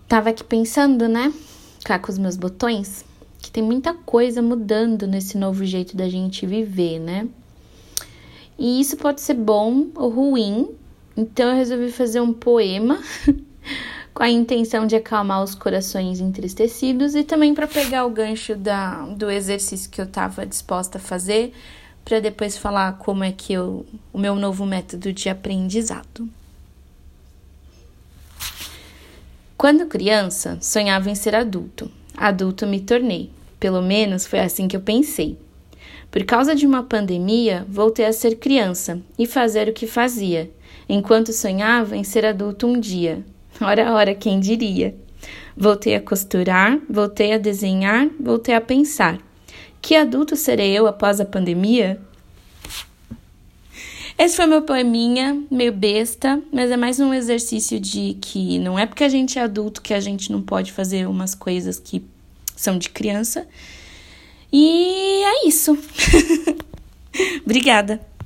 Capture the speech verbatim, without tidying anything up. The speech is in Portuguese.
Tava aqui pensando, né, cá com os meus botões, que tem muita coisa mudando nesse novo jeito da gente viver, né? E isso pode ser bom ou ruim, então eu resolvi fazer um poema com a intenção de acalmar os corações entristecidos e também para pegar o gancho da, do exercício que eu estava disposta a fazer, para depois falar como é que eu, o meu novo método de aprendizado. Quando criança, sonhava em ser adulto. Adulto me tornei. Pelo menos foi assim que eu pensei. Por causa de uma pandemia, voltei a ser criança e fazer o que fazia, enquanto sonhava em ser adulto um dia. Ora, ora, quem diria? Voltei a costurar, voltei a desenhar, voltei a pensar. Que adulto serei eu após a pandemia? Esse foi meu poeminha, meio besta, mas é mais um exercício de que não é porque a gente é adulto que a gente não pode fazer umas coisas que são de criança. E é isso. Obrigada.